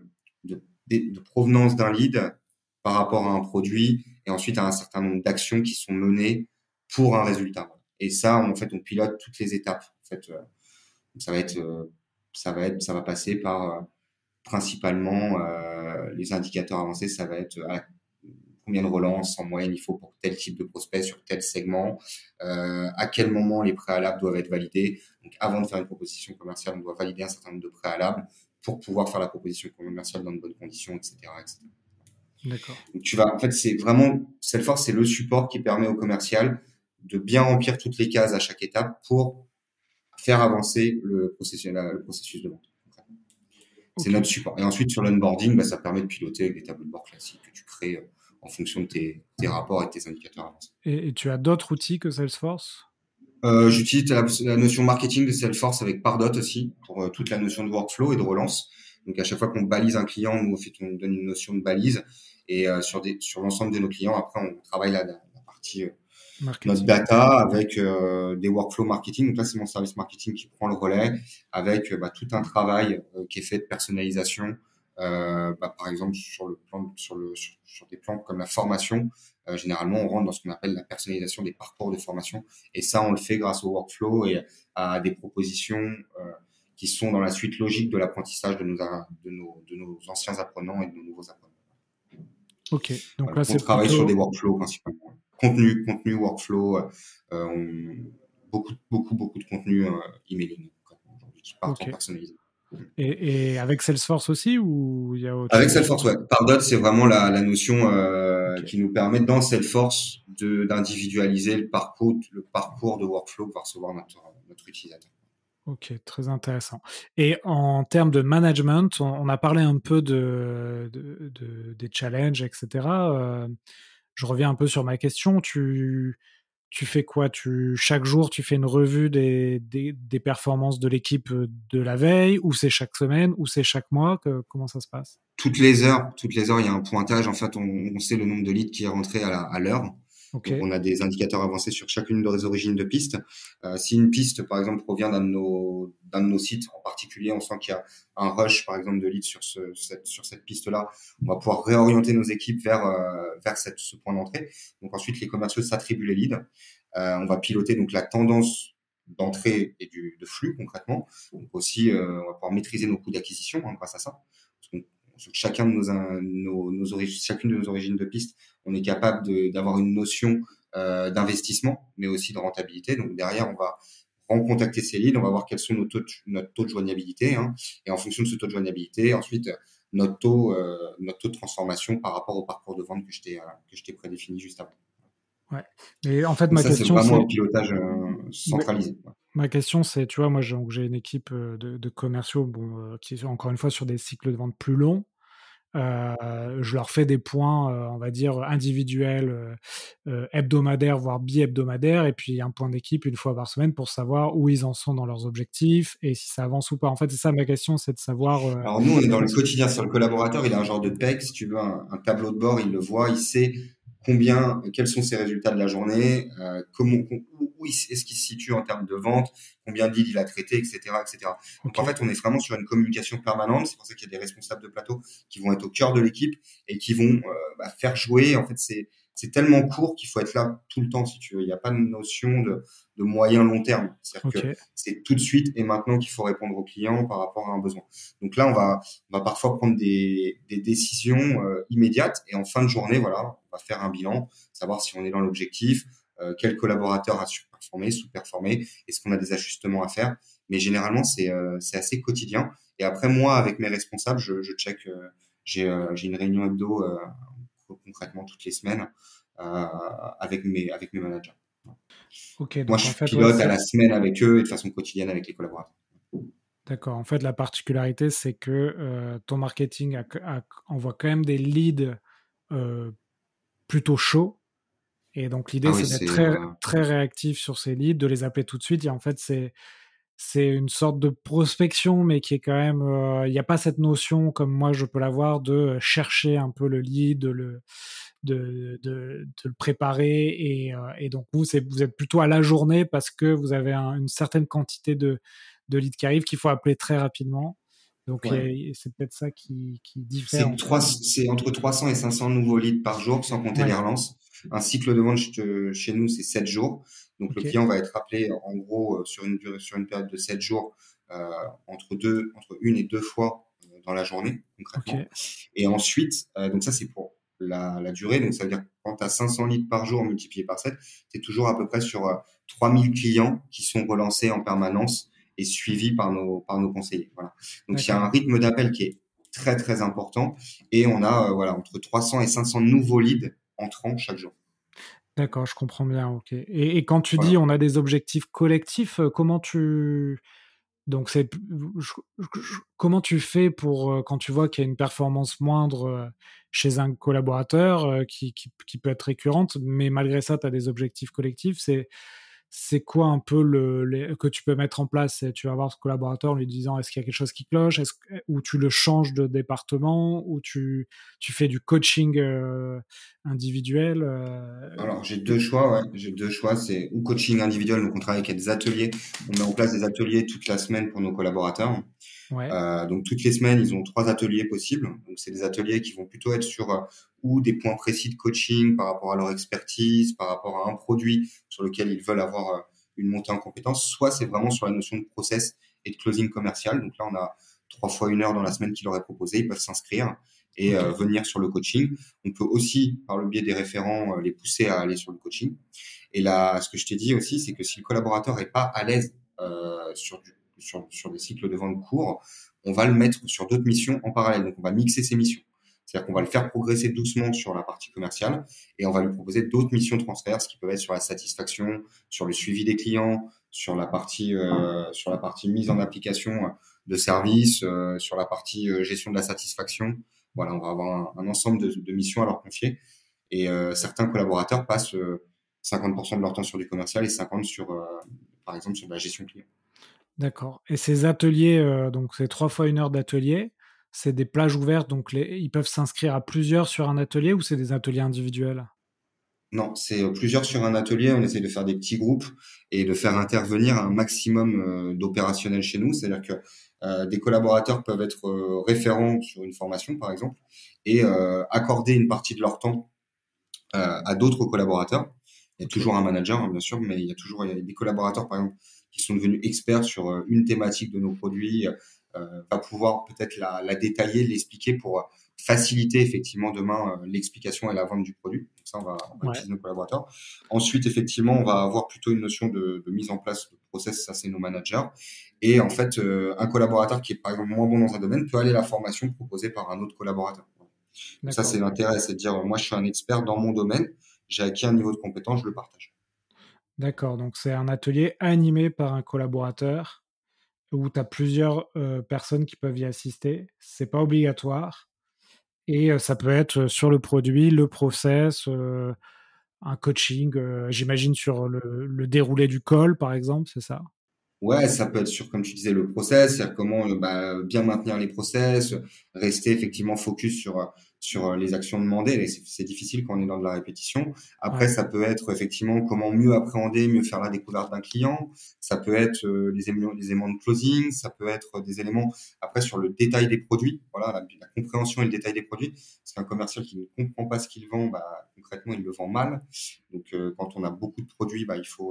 de provenance d'un lead par rapport à un produit et ensuite à un certain nombre d'actions qui sont menées pour un résultat. Et ça, en fait, on pilote toutes les étapes. En fait, ça va être, ça va passer par principalement les indicateurs avancés. Ça va être combien de relances en moyenne il faut pour tel type de prospect sur tel segment, à quel moment les préalables doivent être validés. Donc, avant de faire une proposition commerciale, on doit valider un certain nombre de préalables pour pouvoir faire la proposition commerciale dans de bonnes conditions, etc., etc. D'accord. Donc en fait, c'est vraiment, Salesforce, c'est le support qui permet au commercial de bien remplir toutes les cases à chaque étape pour faire avancer le processus de vente. C'est Ok. notre support. Et ensuite, sur l'onboarding, ça permet de piloter avec des tableaux de bord classiques que tu crées en fonction de tes rapports et de tes indicateurs avancés. Et tu as d'autres outils que Salesforce? J'utilise la notion marketing de Salesforce avec Pardot aussi pour toute la notion de workflow et de relance. Donc à chaque fois qu'on balise un client, nous on donne une notion de balise et sur l'ensemble de nos clients, après on travaille la partie notre data avec des workflows marketing. Donc là c'est mon service marketing qui prend le relais avec tout un travail qui est fait de personnalisation. Par exemple sur des plans comme la formation, généralement on rentre dans ce qu'on appelle la personnalisation des parcours de formation et ça on le fait grâce au workflow et à des propositions qui sont dans la suite logique de l'apprentissage de nos anciens apprenants et de nos nouveaux apprenants. Ok, donc Voilà, là on c'est travaille plutôt... sur des workflows principalement. Contenu, workflow, beaucoup de contenu emailing aujourd'hui qui partent en personnalisé. Et avec Salesforce aussi ou il y a autre Avec chose? Salesforce, ouais. Pardot, c'est vraiment la notion Ok. qui nous permet dans Salesforce d'individualiser le parcours de workflow que va recevoir notre utilisateur. Ok, très intéressant. Et en termes de management, on a parlé un peu des challenges, etc. Je reviens un peu sur ma question. Tu fais quoi? Chaque jour, tu fais une revue des performances de l'équipe de la veille, ou c'est chaque semaine, ou c'est chaque mois? Comment ça se passe? Toutes les heures, il y a un pointage. En fait, on sait le nombre de leads qui est rentré à l'heure. Ok, Donc, on a des indicateurs avancés sur chacune des origines de pistes. Si une piste, par exemple, provient d'un de nos sites en particulier, on sent qu'il y a un rush, par exemple, de leads sur cette piste-là, on va pouvoir réorienter nos équipes vers ce point d'entrée. Donc, ensuite, les commerciaux s'attribuent les leads. On va piloter donc la tendance d'entrée et de flux concrètement. Donc aussi, on va pouvoir maîtriser nos coûts d'acquisition grâce à ça. Parce sur chacun de chacune de nos origines de piste, on est capable d'avoir une notion d'investissement, mais aussi de rentabilité. Donc derrière, on va recontacter ces leads, on va voir quels sont notre taux de joignabilité, et en fonction de ce taux de joignabilité, ensuite notre taux de transformation par rapport au parcours de vente que je t'ai prédéfini juste avant. ouais. Mais en fait, Donc ma ça, c'est question, vraiment c'est... un pilotage centralisé. Ma question, c'est, tu vois, moi, j'ai une équipe de commerciaux, bon, qui sont encore une fois sur des cycles de vente plus longs. Je leur fais des points, on va dire individuels, hebdomadaires, voire bi-hebdomadaires, et puis un point d'équipe une fois par semaine pour savoir où ils en sont dans leurs objectifs et si ça avance ou pas. En fait, c'est ça ma question, c'est de savoir. Alors nous, on est dans le quotidien. Sur le collaborateur, il a un genre de PEC, si tu veux, un tableau de bord, il le voit, il sait quels sont ses résultats de la journée, où est-ce qu'il se situe en termes de vente, combien de leads il a traité, etc., etc. Donc en Ok, fait, on est vraiment sur une communication permanente. C'est pour ça qu'il y a des responsables de plateau qui vont être au cœur de l'équipe et qui vont faire jouer. En fait, c'est tellement court qu'il faut être là tout le temps, si tu veux. Il n'y a pas de notion de moyen long terme. C'est-à-dire ok, que c'est tout de suite et maintenant qu'il faut répondre aux clients par rapport à un besoin. Donc là, on va parfois prendre des décisions immédiates et en fin de journée, voilà, on va faire un bilan, savoir si on est dans l'objectif, quel collaborateur a surperformé, sous-performé, est-ce qu'on a des ajustements à faire. Mais généralement, c'est assez quotidien. Et après, moi, avec mes responsables, je check. J'ai une réunion hebdo concrètement toutes les semaines avec mes managers. Ok, Moi, donc en je fait, ouais, pilote à la semaine avec eux et de façon quotidienne avec les collaborateurs. d'accord. En fait, la particularité, c'est que ton marketing envoie quand même des leads euh, plutôt chauds. Et donc l'idée, Ah oui, c'est d'être c'est très, très réactif sur ces leads, de les appeler tout de suite. Et en fait, c'est une sorte de prospection, mais qui est quand même, il n'y a pas cette notion comme moi je peux l'avoir de chercher un peu le lead, de le préparer. Et donc vous êtes plutôt à la journée parce que vous avez une certaine quantité de leads qui arrivent qu'il faut appeler très rapidement. Donc ouais. c'est peut-être ça qui diffère entre. C'est entre 300 et 500 nouveaux leads par jour, sans compter les Ouais, relances. Un cycle de vente chez nous, c'est 7 jours. Donc, le ok, client va être appelé, en gros, sur une période de 7 jours, entre une et deux fois dans la journée, ok, concrètement. Et ensuite, donc ça, c'est pour la durée. Donc, ça veut dire que quand tu as 500 leads par jour multiplié par 7, tu es toujours à peu près sur 3000 clients qui sont relancés en permanence et suivis par nos conseillers. Voilà. Donc, il y a d'accord. un rythme d'appel qui est très très important et on a voilà entre 300 et 500 nouveaux leads entrants chaque jour. D'accord, je comprends bien, OK. Et quand tu dis Voilà. on a des objectifs collectifs, comment tu donc c'est p comment tu fais pour, quand tu vois qu'il y a une performance moindre, chez un collaborateur, qui peut être récurrente, mais malgré ça, tu as des objectifs collectifs, c'est quoi un peu que tu peux mettre en place? Tu vas voir ce collaborateur en lui disant: «Est-ce qu'il y a quelque chose qui cloche?» Ou tu le changes de département? Ou tu fais du coaching, individuel, Alors j'ai deux choix, ouais. J'ai deux choix, c'est ou coaching individuel, donc on travaille avec des ateliers, on met en place des ateliers toute la semaine pour nos collaborateurs. Ouais, Donc toutes les semaines, ils ont trois ateliers possibles. Donc c'est des ateliers qui vont plutôt être sur ou des points précis de coaching par rapport à leur expertise, par rapport à un produit sur lequel ils veulent avoir une montée en compétence, soit c'est vraiment sur la notion de process et de closing commercial. Donc là, on a 3 fois 1 heure dans la semaine qui leur est proposée, ils peuvent s'inscrire et OK, venir sur le coaching. On peut aussi, par le biais des référents, les pousser à aller sur le coaching. Et là, ce que je t'ai dit aussi, c'est que si le collaborateur est pas à l'aise sur des cycles de vente courts, on va le mettre sur d'autres missions en parallèle. Donc, on va mixer ces missions. C'est-à-dire qu'on va le faire progresser doucement sur la partie commerciale et on va lui proposer d'autres missions transverses qui peuvent être sur la satisfaction, sur le suivi des clients, sur la partie mise en application de services, sur la partie gestion de la satisfaction. Voilà, on va avoir un ensemble de missions à leur confier. Et certains collaborateurs passent 50% de leur temps sur du commercial et 50 par exemple, sur de la gestion client. d'accord. Et ces ateliers, donc c'est 3 fois 1 heure d'atelier, c'est des plages ouvertes, donc ils peuvent s'inscrire à plusieurs sur un atelier ou c'est des ateliers individuels? Non, c'est plusieurs sur un atelier. On essaie de faire des petits groupes et de faire intervenir un maximum d'opérationnels chez nous. C'est-à-dire que des collaborateurs peuvent être référents sur une formation, par exemple, et accorder une partie de leur temps à d'autres collaborateurs. Il y a OK, toujours un manager, hein, bien sûr, mais il y a des collaborateurs, par exemple, qui sont devenus experts sur une thématique de nos produits, va pouvoir peut-être la détailler, l'expliquer pour faciliter effectivement demain l'explication et la vente du produit. Donc ça, on va ouais, utiliser nos collaborateurs. Ensuite, effectivement, on va avoir plutôt une notion de mise en place de process, ça c'est nos managers. Et en fait, un collaborateur qui est par exemple moins bon dans un domaine peut aller à la formation proposée par un autre collaborateur. Donc ça, d'accord. c'est l'intérêt, c'est de dire, moi, je suis un expert dans mon domaine, j'ai acquis un niveau de compétence, je le partage. D'accord, donc c'est un atelier animé par un collaborateur où tu as plusieurs, personnes qui peuvent y assister. C'est pas obligatoire et ça peut être, sur le produit, le process, un coaching, j'imagine sur le déroulé du call, par exemple, c'est ça? Ouais, ça peut être sur, comme tu disais, le process, c'est-à-dire comment bien maintenir les process, rester effectivement focus sur les actions demandées. Et c'est difficile quand on est dans de la répétition. Après, Ouais, ça peut être effectivement comment mieux appréhender, mieux faire la découverte d'un client. Ça peut être des éléments de closing. Ça peut être des éléments après sur le détail des produits. Voilà, la compréhension et le détail des produits. Parce qu'un commercial qui ne comprend pas ce qu'il vend, concrètement, il le vend mal. Donc, quand on a beaucoup de produits,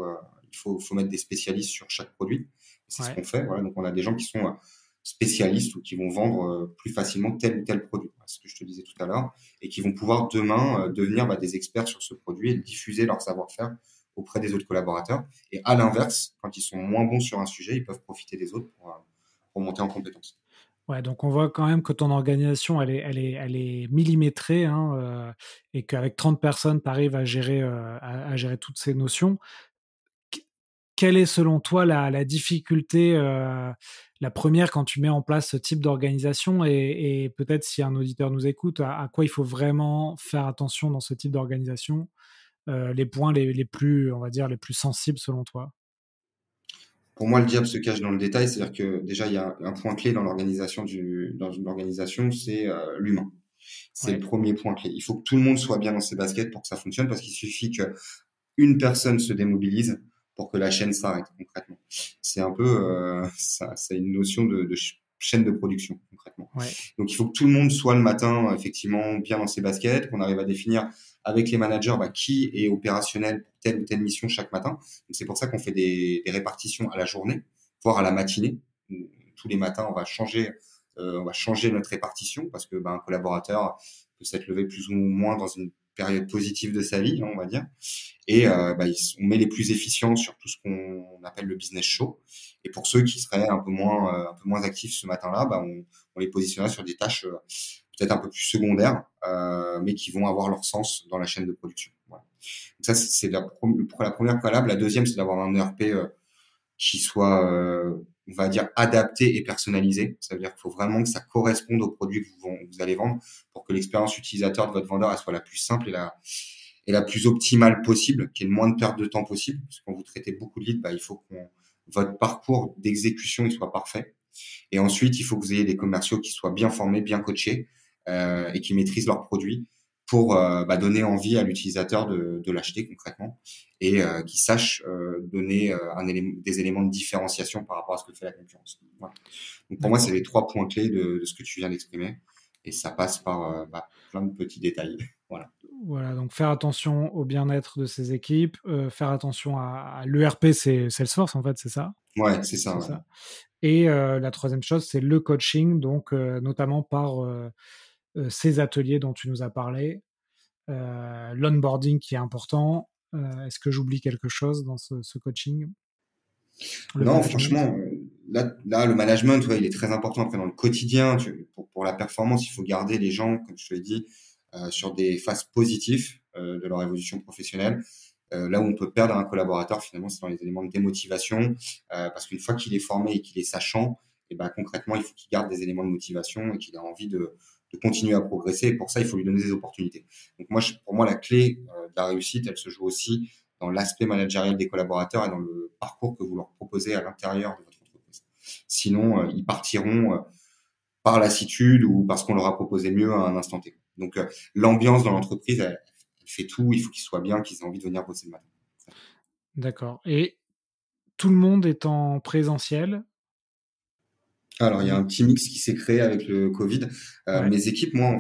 faut mettre des spécialistes sur chaque produit. C'est ce ouais, qu'on fait. Voilà. Donc, on a des gens qui sont spécialistes ou qui vont vendre plus facilement tel ou tel produit. C'est ce que je te disais tout à l'heure. Et qui vont pouvoir demain devenir des experts sur ce produit et diffuser leur savoir-faire auprès des autres collaborateurs. Et à l'inverse, quand ils sont moins bons sur un sujet, ils peuvent profiter des autres pour monter en compétences. Ouais, donc on voit quand même que ton organisation, elle est millimétrée, hein, et qu'avec 30 personnes, tu arrives à gérer, à gérer toutes ces notions. Q Quelle est selon toi la difficulté, la première quand tu mets en place ce type d'organisation et peut-être si un auditeur nous écoute, à quoi il faut vraiment faire attention dans ce type d'organisation? Les points les plus, on va dire, les plus sensibles selon toi? Pour moi, le diable se cache dans le détail, c'est-à-dire que déjà, il y a un point clé dans dans une organisation, c'est l'humain. C'est le Ouais, premier point clé. Il faut que tout le monde soit bien dans ses baskets pour que ça fonctionne, parce qu'il suffit qu'une personne se démobilise pour que la chaîne s'arrête concrètement. C'est un peu ça, c'est une notion de chaîne de production concrètement. ouais, Donc il faut que tout le monde soit le matin effectivement bien dans ses baskets, qu'on arrive à définir avec les managers qui est opérationnel pour telle ou telle mission chaque matin. Donc c'est pour ça qu'on fait des répartitions à la journée, voire à la matinée. Tous les matins, on va changer notre répartition parce que un collaborateur peut s'être levé plus ou moins dans une période positive de sa vie, on va dire. Et on met les plus efficients sur tout ce qu'on appelle le business show. Et pour ceux qui seraient un peu moins actifs ce matin-là, on les positionnera sur des tâches peut-être un peu plus secondaires, mais qui vont avoir leur sens dans la chaîne de production. Voilà. Donc ça, c'est la première préalable. La deuxième, c'est d'avoir un ERP qui soit, on va dire, adapté et personnalisé. Ça veut dire qu'il faut vraiment que ça corresponde au produit que vous allez vendre pour que l'expérience utilisateur de votre vendeur elle soit la plus simple et la plus optimale possible, qu'il y ait le moins de perte de temps possible. Parce que quand vous traitez beaucoup de leads, il faut que votre parcours d'exécution il soit parfait. Et ensuite, il faut que vous ayez des commerciaux qui soient bien formés, bien coachés et qui maîtrisent leurs produits pour donner envie à l'utilisateur de l'acheter concrètement et qui sachent donner des éléments de différenciation par rapport à ce que fait la concurrence. Voilà. Donc pour moi, c'est d'accord. les trois points clés de ce que tu viens d'exprimer et ça passe par plein de petits détails. Voilà. Voilà, donc faire attention au bien-être de ses équipes, faire attention à l'ERP, c'est Salesforce, en fait, c'est ça? Ouais, c'est ça. C'est Ouais. ça? Et la troisième chose, c'est le coaching, donc notamment par, ces ateliers dont tu nous as parlé, l'onboarding qui est important. Est-ce que j'oublie quelque chose dans ce coaching? Le Non, management? franchement, là, le management, ouais, il est très important. Après, dans le quotidien, pour la performance, il faut garder les gens, comme je te l'ai dit, sur des phases positives de leur évolution professionnelle. Là où on peut perdre un collaborateur, finalement, c'est dans les éléments de démotivation, parce qu'une fois qu'il est formé et qu'il est sachant, et concrètement, il faut qu'il garde des éléments de motivation et qu'il a envie de continuer à progresser. Et pour ça, il faut lui donner des opportunités. Donc moi, pour moi, la clé de la réussite, elle se joue aussi dans l'aspect managérial des collaborateurs et dans le parcours que vous leur proposez à l'intérieur de votre entreprise. Sinon, ils partiront par lassitude ou parce qu'on leur a proposé mieux à un instant T. Donc, l'ambiance dans l'entreprise, elle fait tout. Il faut qu'ils soient bien, qu'ils aient envie de venir bosser le matin. D'accord, et tout le monde est en présentiel? Alors, il y a un Ou petit mix qui s'est créé avec le Covid. ouais, Mes équipes, moi,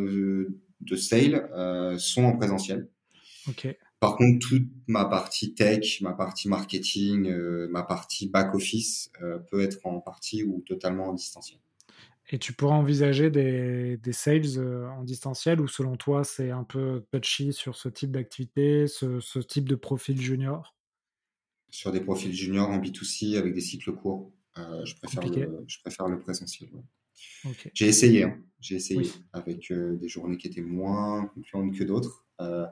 de sales, sont en présentiel. OK. Par contre, toute ma partie tech, ma partie marketing, ma partie back office peut être en partie ou totalement en distanciel. Et tu pourrais envisager des sales, en distanciel ou selon toi, c'est un peu touchy sur ce type d'activité, ce type de profil junior? Sur des profils juniors en B2C avec des cycles courts, Compliqué? je préfère le présentiel. Ouais. OK. J'ai essayé, hein. J'ai Oui. essayé avec des journées qui étaient moins concluantes que d'autres.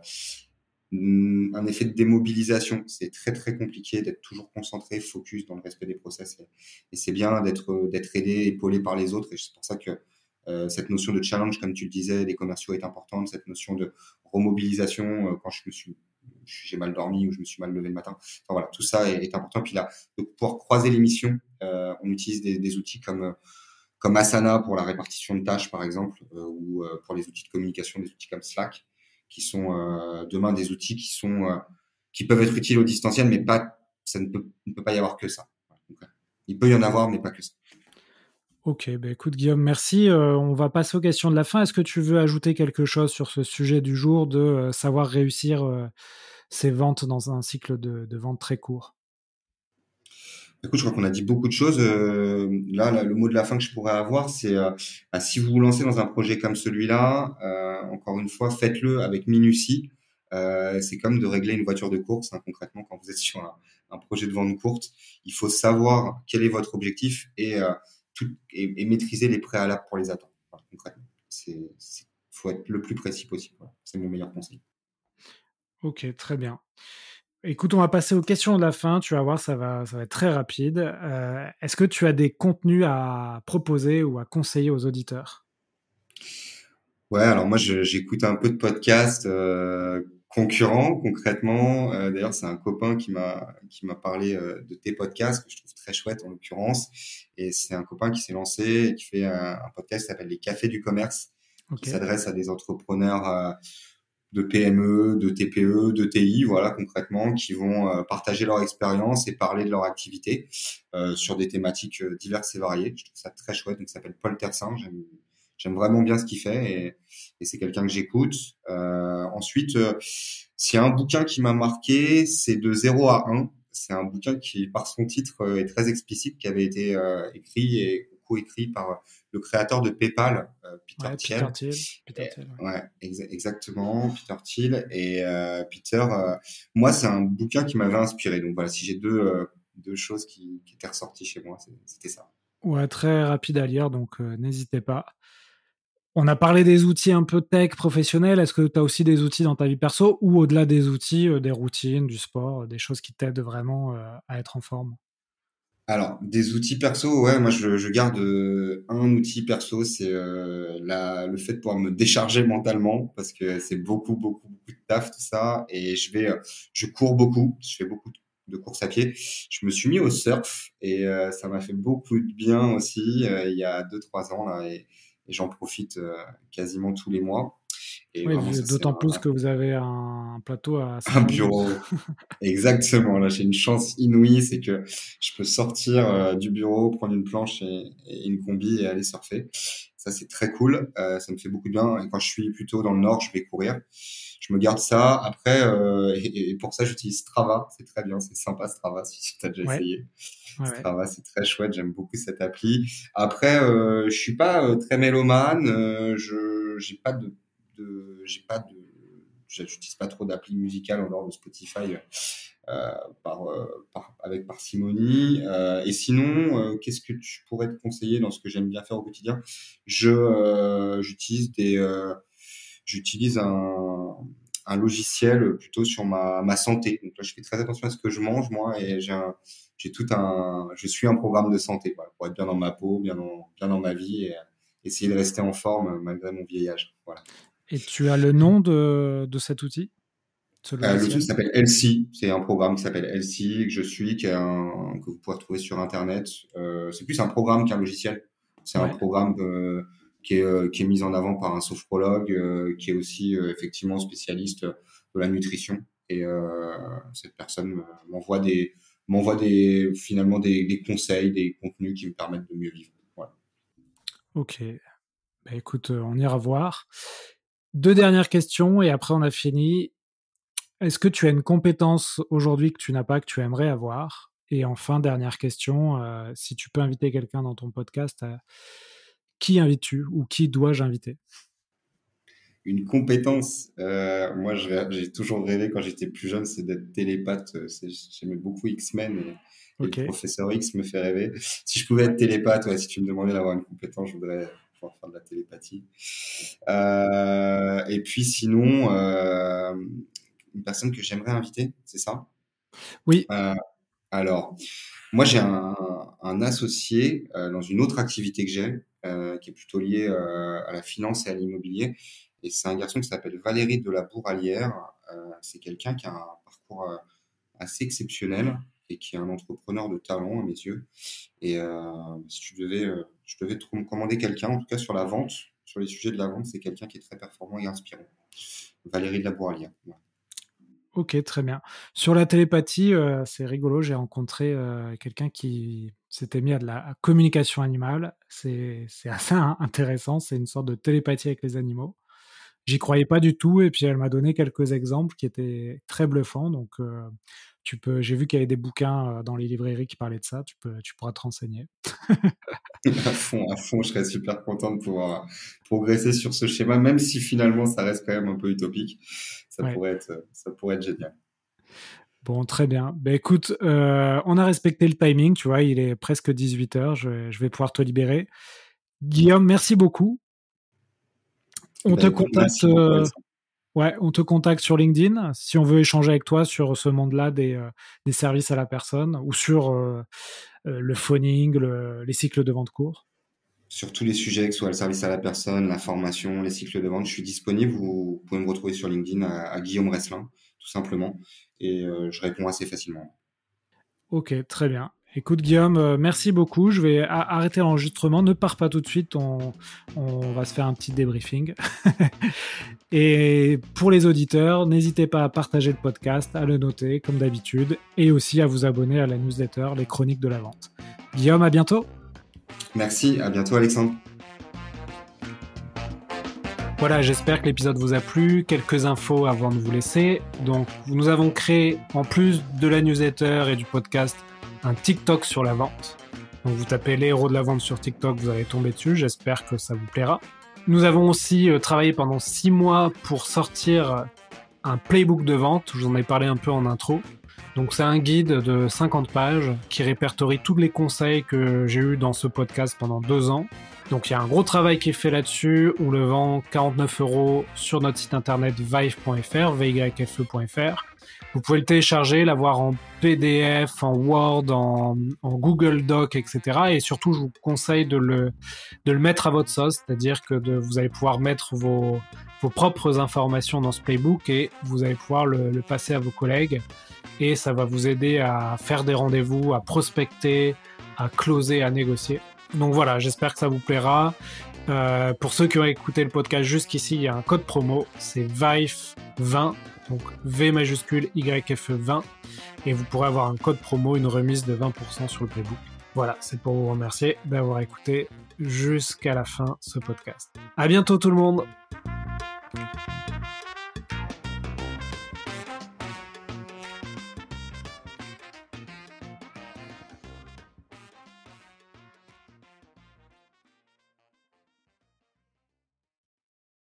Un effet de démobilisation, c'est très très compliqué d'être toujours concentré, focus dans le respect des process. Et c'est bien d'être aidé, épaulé par les autres. Et c'est pour ça que cette notion de challenge, comme tu le disais, des commerciaux est importante. Cette notion de remobilisation quand j'ai mal dormi ou je me suis mal levé le matin. Enfin voilà, tout ça est important. Et puis là, de pouvoir croiser les missions, on utilise des outils comme Asana pour la répartition de tâches, par exemple, ou pour les outils de communication, des outils comme Slack, qui sont demain des outils qui peuvent être utiles au distanciel, mais pas, ne peut pas y avoir que ça. Donc, il peut y en avoir, mais pas que ça. OK, bah, écoute Guillaume, merci, on va passer aux questions de la fin. Est-ce que tu veux ajouter quelque chose sur ce sujet du jour de, savoir réussir, ses ventes dans un cycle de vente très court? Écoute, je crois qu'on a dit beaucoup de choses. Là, le mot de la fin que je pourrais avoir, c'est si vous vous lancez dans un projet comme celui-là, encore une fois, faites-le avec minutie. C'est comme de régler une voiture de course, hein, concrètement, quand vous êtes sur un projet de vente courte. Il faut savoir quel est votre objectif et et maîtriser les préalables pour les attendre. Voilà, concrètement, faut être le plus précis possible. Voilà. C'est mon meilleur conseil. Ok, très bien. Écoute, on va passer aux questions de la fin. Tu vas voir, ça va être très rapide. Est-ce que tu as des contenus à proposer ou à conseiller aux auditeurs? Ouais, alors moi j'écoute un peu de podcasts concurrents concrètement. D'ailleurs, c'est un copain qui m'a parlé de tes podcasts que je trouve très chouette en l'occurrence. Et c'est un copain qui s'est lancé et qui fait un podcast qui s'appelle les Cafés du commerce, qui Ok, s'adresse à des entrepreneurs de PME, de TPE, de TI, voilà concrètement, qui vont partager leur expérience et parler de leur activité sur des thématiques diverses et variées. Je trouve ça très chouette. Donc, ça s'appelle Paul Tersin. J'aime vraiment bien ce qu'il fait et c'est quelqu'un que j'écoute. Ensuite, s'il y a un bouquin qui m'a marqué, c'est De 0 à 1. C'est un bouquin qui, par son titre, est très explicite, qui avait été écrit et co-écrit par le créateur de PayPal, Peter ouais, Peter Thiel. Thiel. Peter Et- Thiel, ouais. ouais, exactement, Peter Thiel. Et Peter, moi, c'est un bouquin qui m'avait inspiré. Donc voilà, si j'ai deux choses qui étaient ressorties chez moi, c'était ça. Ouais, très rapide à lire, donc n'hésitez pas. On a parlé des outils un peu tech professionnels. Est-ce que tu as aussi des outils dans ta vie perso ou au-delà des outils, des routines, du sport, des choses qui t'aident vraiment à être en forme? Alors, des outils perso, ouais, moi je garde un outil perso, c'est le fait de pouvoir me décharger mentalement parce que c'est beaucoup de taf tout ça et je cours beaucoup, je fais beaucoup de courses à pied. Je me suis mis au surf et ça m'a fait beaucoup de bien aussi il y a 2 3 ans là et j'en profite quasiment tous les mois et Oui, vraiment ça c'est d'autant plus que vous avez un plateau à un Saint-Malo. bureau. Exactement, là j'ai une chance inouïe, c'est que je peux sortir du bureau, prendre une planche et une combi et aller surfer. Ça c'est très cool, ça me fait beaucoup de bien. Et quand je suis plutôt dans le nord, je vais courir. Je me garde ça. Après, et pour ça j'utilise Strava, c'est très bien, c'est sympa Strava si tu as déjà Ouais, essayé. ouais, ouais. Strava c'est très chouette, j'aime beaucoup cette appli. Après, je suis pas très mélomane, j'ai pas de j'utilise pas trop d'appli musicales en dehors de Spotify avec parcimonie. Et sinon, qu'est-ce que tu pourrais te conseiller dans ce que j'aime bien faire au quotidien? J'utilise un logiciel plutôt sur ma santé. Donc là, je fais très attention à ce que je mange, moi, et je suis un programme de santé, voilà, pour être bien dans ma peau, bien dans ma vie et essayer de rester en forme malgré mon vieillage. Voilà. Et tu as le nom de cet outil, ce Le truc logiciel? s'appelle Elsie. C'est un programme qui s'appelle Elsie que je suis, que vous pouvez retrouver sur Internet. C'est plus un programme qu'un logiciel. C'est un Ouais. programme qui est mis en avant par un sophrologue, qui est aussi effectivement spécialiste de la nutrition. Et cette personne m'envoie finalement des conseils, des contenus qui me permettent de mieux vivre. Voilà. Ok. Bah, écoute, on ira voir. Deux dernières questions et après on a fini. Est-ce que tu as une compétence aujourd'hui que tu n'as pas, que tu aimerais avoir? Et enfin, dernière question, si tu peux inviter quelqu'un dans ton podcast, qui invites-tu ou qui dois-je inviter? Une compétence, moi j'ai toujours rêvé quand j'étais plus jeune, c'est d'être télépathe. J'aimais beaucoup X-Men et le Ok, professeur X me fait rêver. Si je pouvais être télépathe, ouais, si tu me demandais d'avoir une compétence, je voudrais pouvoir faire de la télépathie. Et puis sinon, une personne que j'aimerais inviter, c'est ça? oui, Euh, alors, moi j'ai un associé dans une autre activité que j'ai, qui est plutôt liée à la finance et à l'immobilier. Et c'est un garçon qui s'appelle Valérie de la Bouralière. C'est quelqu'un qui a un parcours assez exceptionnel et qui est un entrepreneur de talent à mes yeux. Et si je devais te recommander quelqu'un, en tout cas sur la vente, sur les sujets de la vente, c'est quelqu'un qui est très performant et inspirant. Valérie de la Bouralière. Ouais. ok, très bien. Sur la télépathie, c'est rigolo, j'ai rencontré quelqu'un qui s'était mis à de la communication animale. C'est assez intéressant, c'est une sorte de télépathie avec les animaux. J'y croyais pas du tout et puis elle m'a donné quelques exemples qui étaient très bluffants. Donc, j'ai vu qu'il y avait des bouquins dans les librairies qui parlaient de ça. Tu pourras te renseigner. À fond, je serais super content de pouvoir progresser sur ce schéma, même si finalement ça reste quand même un peu utopique. Ouais. Ça pourrait être génial. Bon, très bien. Ben écoute, on a respecté le timing, tu vois, il est presque 18h, je vais pouvoir te libérer. Guillaume, merci beaucoup. On te Écoute, contacte, merci beaucoup, Alexandre. ouais, on te contacte sur LinkedIn si on veut échanger avec toi sur ce monde-là des services à la personne ou sur le phoning, les cycles de vente courts. Sur tous les sujets, que ce soit le service à la personne, la formation, les cycles de vente, je suis disponible. Vous pouvez me retrouver sur LinkedIn à Guillaume Resselin, tout simplement. Et je réponds assez facilement. Ok, très bien. Écoute Guillaume, merci beaucoup. Je vais arrêter l'enregistrement. Ne pars pas tout de suite. On va se faire un petit débriefing. Et pour les auditeurs, n'hésitez pas à partager le podcast, à le noter comme d'habitude, et aussi à vous abonner à la newsletter Les Chroniques de la Vente. Guillaume, à bientôt. Merci, à bientôt Alexandre. Voilà, j'espère que l'épisode vous a plu. Quelques infos avant de vous laisser. Donc, nous avons créé, en plus de la newsletter et du podcast, un TikTok sur la vente. Donc, vous tapez les héros de la vente sur TikTok, vous allez tomber dessus. J'espère que ça vous plaira. Nous avons aussi travaillé pendant 6 mois pour sortir un playbook de vente. Je vous en ai parlé un peu en intro. Donc, c'est un guide de 50 pages qui répertorie tous les conseils que j'ai eus dans ce podcast pendant 2 ans. Donc il y a un gros travail qui est fait là-dessus. On le vend 49 € sur notre site internet vyfe.fr, vyfe.fr. Vous pouvez le télécharger, l'avoir en PDF, en Word, en Google Doc, etc. Et surtout, je vous conseille de le mettre à votre sauce, c'est-à-dire que vous allez pouvoir mettre vos propres informations dans ce playbook et vous allez pouvoir le passer à vos collègues. Et ça va vous aider à faire des rendez-vous, à prospecter, à closer, à négocier. Donc voilà, j'espère que ça vous plaira. Pour ceux qui ont écouté le podcast jusqu'ici, il y a un code promo, c'est VYFE20, donc V majuscule YFE20, et vous pourrez avoir un code promo, une remise de 20% sur le playbook. Voilà, c'est pour vous remercier d'avoir écouté jusqu'à la fin ce podcast. À bientôt tout le monde!